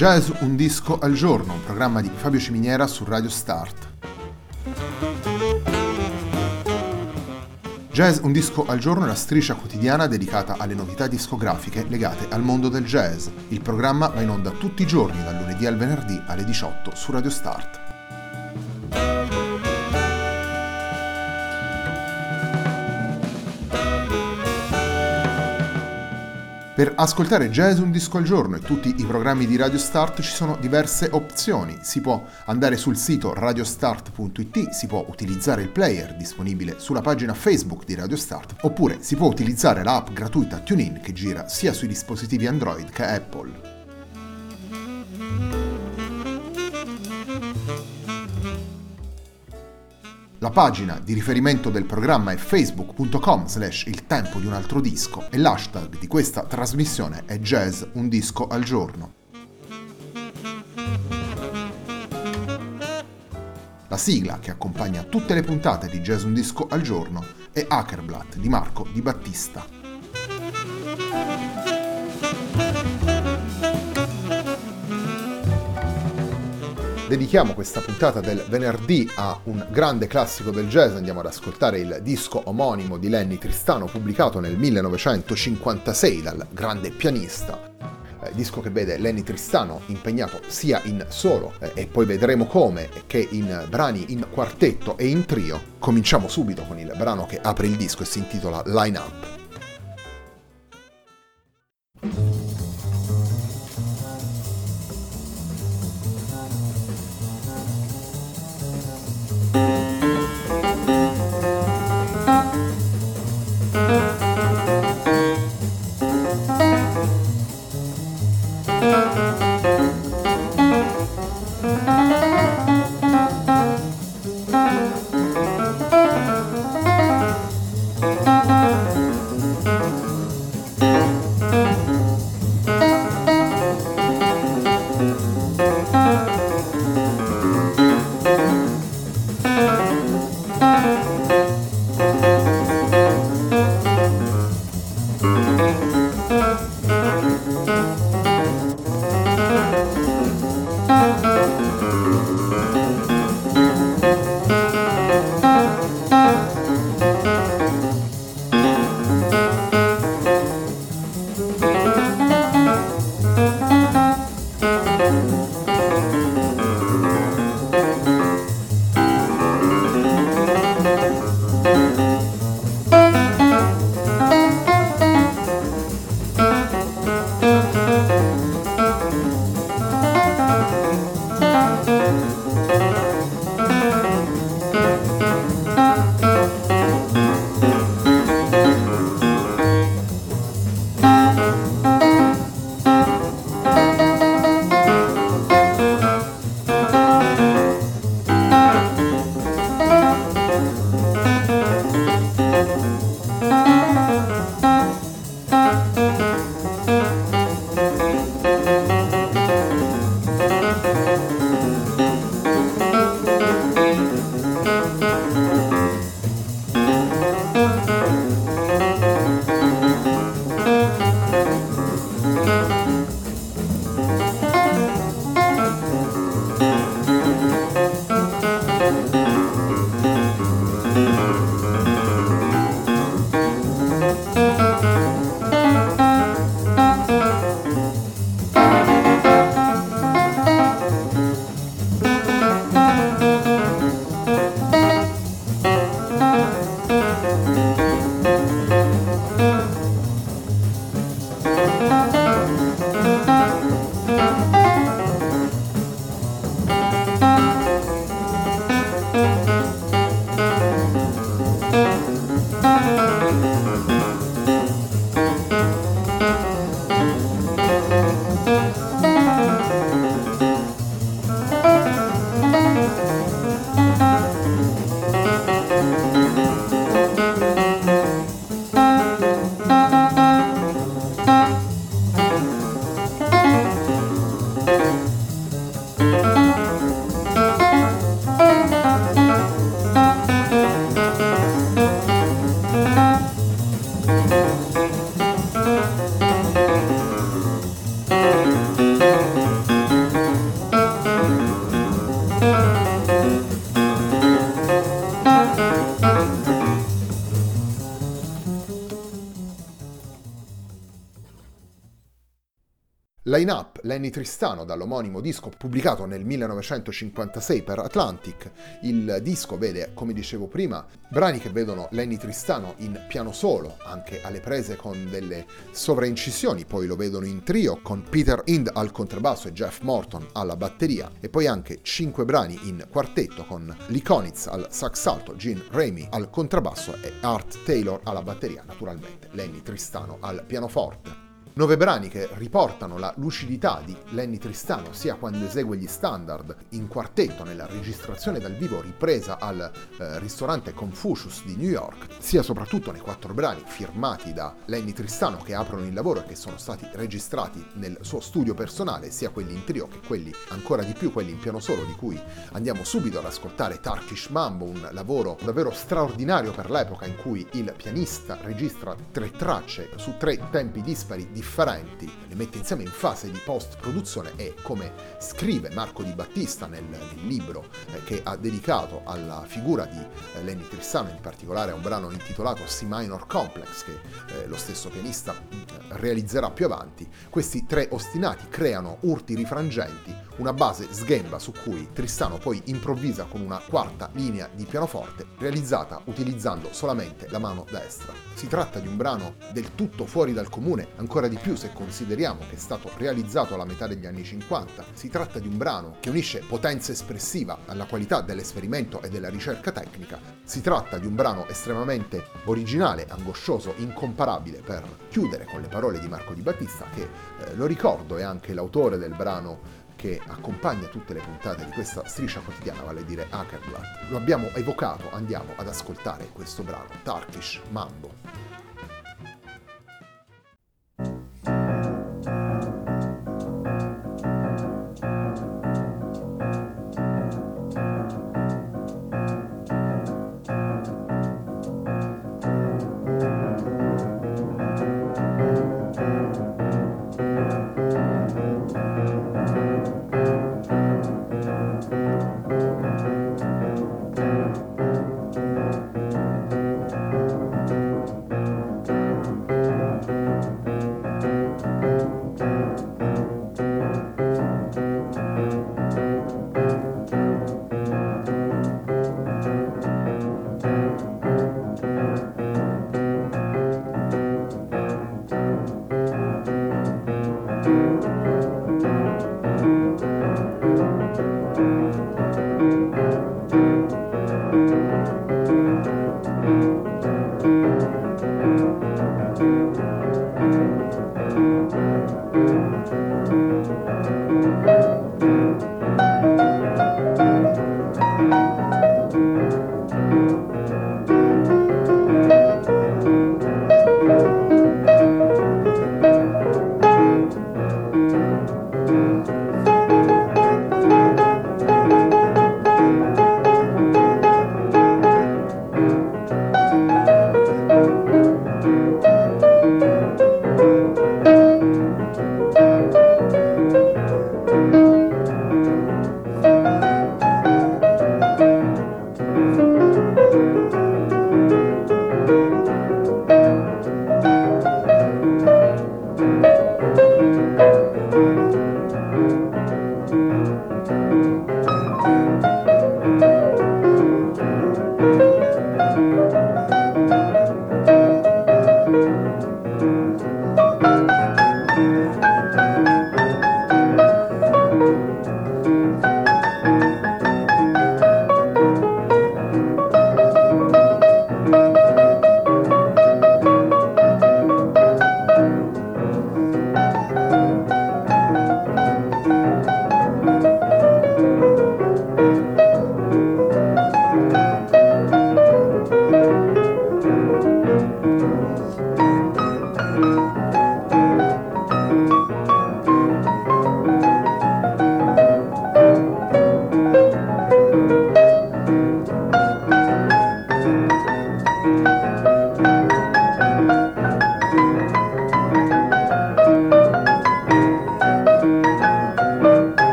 Jazz un disco al giorno, un programma di Fabio Ciminiera su Radio Start. Jazz un disco al giorno è la striscia quotidiana dedicata alle novità discografiche legate al mondo del jazz. Il programma va in onda tutti i giorni, dal lunedì al venerdì alle 18 su Radio Start. Per ascoltare Jazz un disco al giorno e tutti i programmi di Radio Start ci sono diverse opzioni. Si può andare sul sito radiostart.it, si può utilizzare il player disponibile sulla pagina Facebook di Radio Start, oppure si può utilizzare l'app gratuita TuneIn che gira sia sui dispositivi Android che Apple. La pagina di riferimento del programma è facebook.com/il tempo di un altro disco e l'hashtag di questa trasmissione è Jazz un disco al giorno. La sigla che accompagna tutte le puntate di Jazz un disco al giorno è Hackerblatt di Marco Di Battista. Dedichiamo questa puntata del venerdì a un grande classico del jazz. Andiamo ad ascoltare il disco omonimo di Lenny Tristano, pubblicato nel 1956 dal grande pianista. Disco che vede Lenny Tristano impegnato sia in solo, e poi vedremo come, che in brani in quartetto e in trio. Cominciamo subito con il brano che apre il disco e si intitola Line Up. Line-up Lenny Tristano dall'omonimo disco pubblicato nel 1956 per Atlantic. Il disco vede, come dicevo prima, brani che vedono Lenny Tristano in piano solo, anche alle prese con delle sovraincisioni, poi lo vedono in trio con Peter Hind al contrabbasso e Jeff Morton alla batteria, e poi anche 5 brani in quartetto con Lee Konitz al sax alto, Gene Ramey al contrabbasso e Art Taylor alla batteria, naturalmente Lenny Tristano al pianoforte. 9 brani che riportano la lucidità di Lenny Tristano sia quando esegue gli standard in quartetto nella registrazione dal vivo ripresa al ristorante Confucius di New York, sia soprattutto nei 4 brani firmati da Lenny Tristano che aprono il lavoro e che sono stati registrati nel suo studio personale, sia quelli in trio che quelli ancora di più, quelli in piano solo, di cui andiamo subito ad ascoltare Turkish Mambo, un lavoro davvero straordinario per l'epoca in cui il pianista registra 3 tracce su 3 tempi dispari differenti, le mette insieme in fase di post-produzione e, come scrive Marco Di Battista nel libro che ha dedicato alla figura di Lenny Tristano, in particolare a un brano intitolato C Minor Complex che lo stesso pianista realizzerà più avanti, questi 3 ostinati creano urti rifrangenti, una base sghemba su cui Tristano poi improvvisa con una quarta linea di pianoforte realizzata utilizzando solamente la mano destra. Si tratta di un brano del tutto fuori dal comune, ancora di più se consideriamo che è stato realizzato alla metà degli anni 50. Si tratta di un brano che unisce potenza espressiva alla qualità dell'esperimento e della ricerca tecnica. Si tratta di un brano estremamente originale, angoscioso, incomparabile, per chiudere con le parole di Marco Di Battista che, lo ricordo, è anche l'autore del brano che accompagna tutte le puntate di questa striscia quotidiana, vale a dire Hackerblatt. Lo abbiamo evocato, andiamo ad ascoltare questo brano, Turkish Mambo.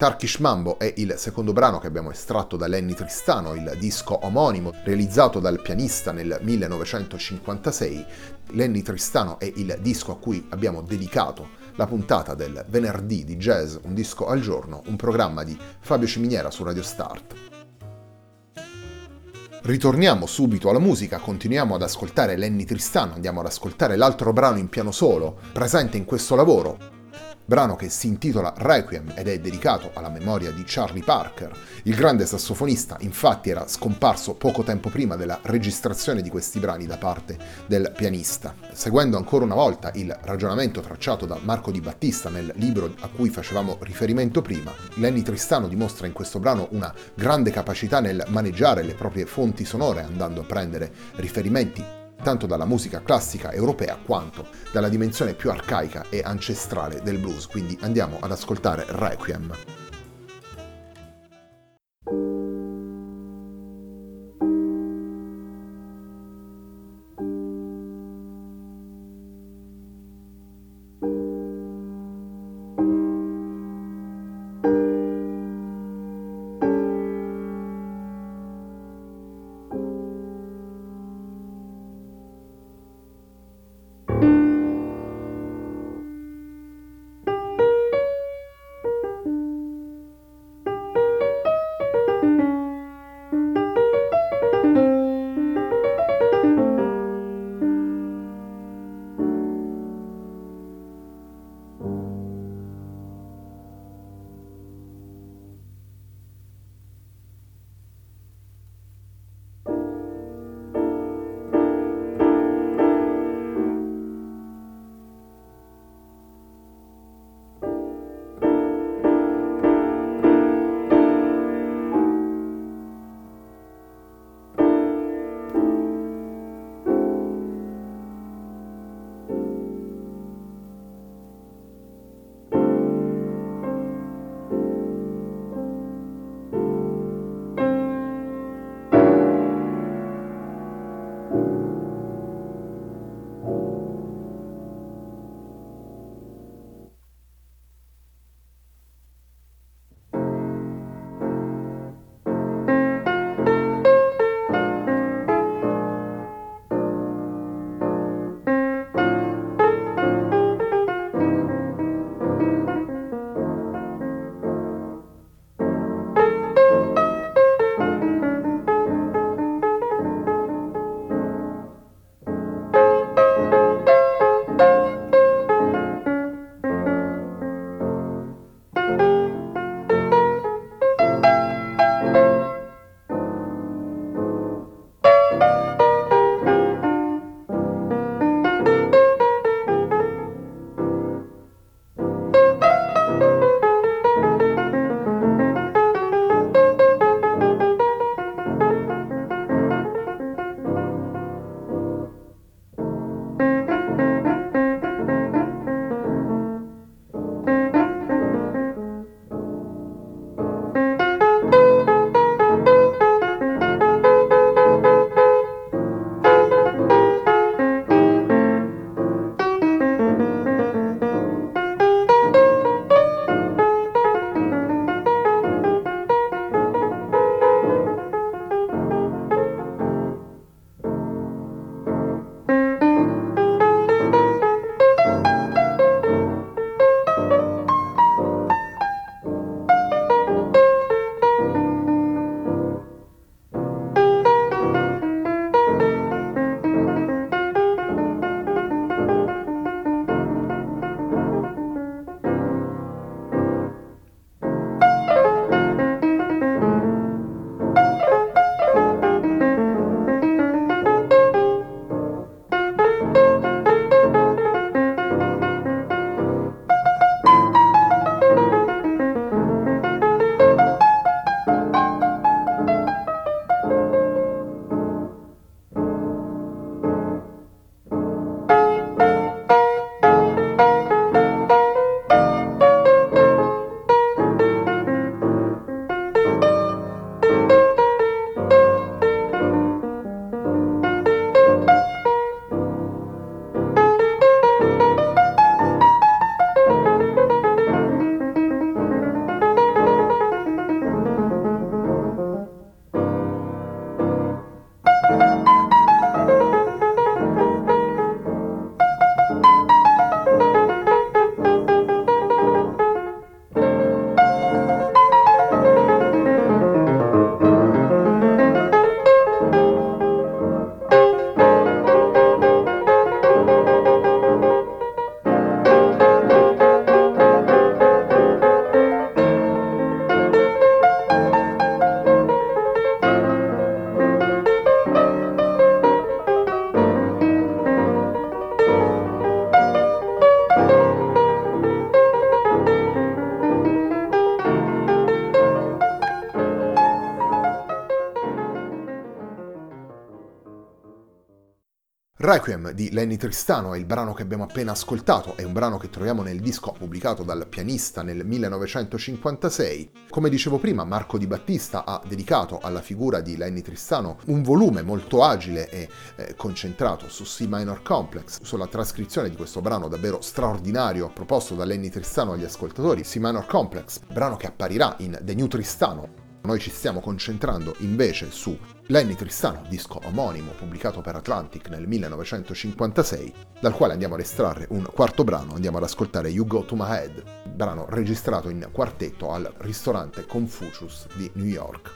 Turkish Mambo è il secondo brano che abbiamo estratto da Lenny Tristano, il disco omonimo realizzato dal pianista nel 1956. Lenny Tristano è il disco a cui abbiamo dedicato la puntata del venerdì di Jazz, un disco al giorno, un programma di Fabio Ciminiera su Radio Start. Ritorniamo subito alla musica, continuiamo ad ascoltare Lenny Tristano, andiamo ad ascoltare l'altro brano in piano solo presente in questo lavoro, brano che si intitola Requiem ed è dedicato alla memoria di Charlie Parker. Il grande sassofonista infatti era scomparso poco tempo prima della registrazione di questi brani da parte del pianista. Seguendo ancora una volta il ragionamento tracciato da Marco Di Battista nel libro a cui facevamo riferimento prima, Lenny Tristano dimostra in questo brano una grande capacità nel maneggiare le proprie fonti sonore, andando a prendere riferimenti tanto dalla musica classica europea quanto dalla dimensione più arcaica e ancestrale del blues, quindi andiamo ad ascoltare Requiem. Requiem di Lenny Tristano è il brano che abbiamo appena ascoltato, è un brano che troviamo nel disco pubblicato dal pianista nel 1956. Come dicevo prima, Marco Di Battista ha dedicato alla figura di Lenny Tristano un volume molto agile e concentrato su C minor complex, sulla trascrizione di questo brano davvero straordinario proposto da Lenny Tristano agli ascoltatori, C minor complex, brano che apparirà in The New Tristano. Noi ci stiamo concentrando invece su Lenny Tristano, disco omonimo pubblicato per Atlantic nel 1956, dal quale andiamo ad estrarre un quarto brano, andiamo ad ascoltare You Go To My Head, brano registrato in quartetto al ristorante Confucius di New York.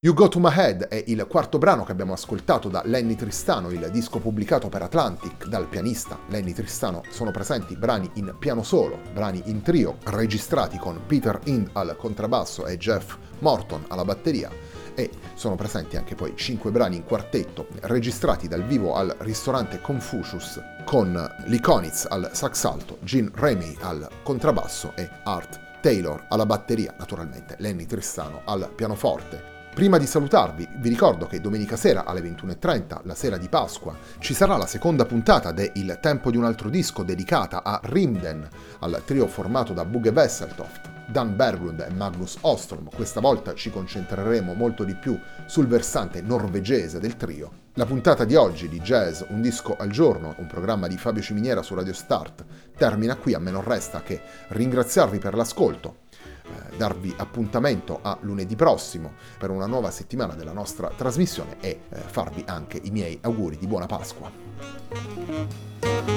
You Go To My Head è il quarto brano che abbiamo ascoltato da Lenny Tristano, il disco pubblicato per Atlantic dal pianista Lenny Tristano. Sono presenti brani in piano solo, brani in trio, registrati con Peter Hind al contrabbasso e Jeff Morton alla batteria, e sono presenti anche poi 5 brani in quartetto, registrati dal vivo al ristorante Confucius, con Lee Konitz al sax alto, Gene Ramey al contrabbasso e Art Taylor alla batteria, naturalmente Lenny Tristano al pianoforte. Prima di salutarvi, vi ricordo che domenica sera alle 21:30, la sera di Pasqua, ci sarà la seconda puntata de Il tempo di un altro disco dedicata a Rimden, al trio formato da Bugge Wesseltoft, Dan Berglund e Magnus Ostrom. Questa volta ci concentreremo molto di più sul versante norvegese del trio. La puntata di oggi di Jazz Un disco al giorno, un programma di Fabio Ciminiera su Radio Start, termina qui. A me non resta che ringraziarvi per l'ascolto, darvi appuntamento a lunedì prossimo per una nuova settimana della nostra trasmissione e farvi anche i miei auguri di buona Pasqua.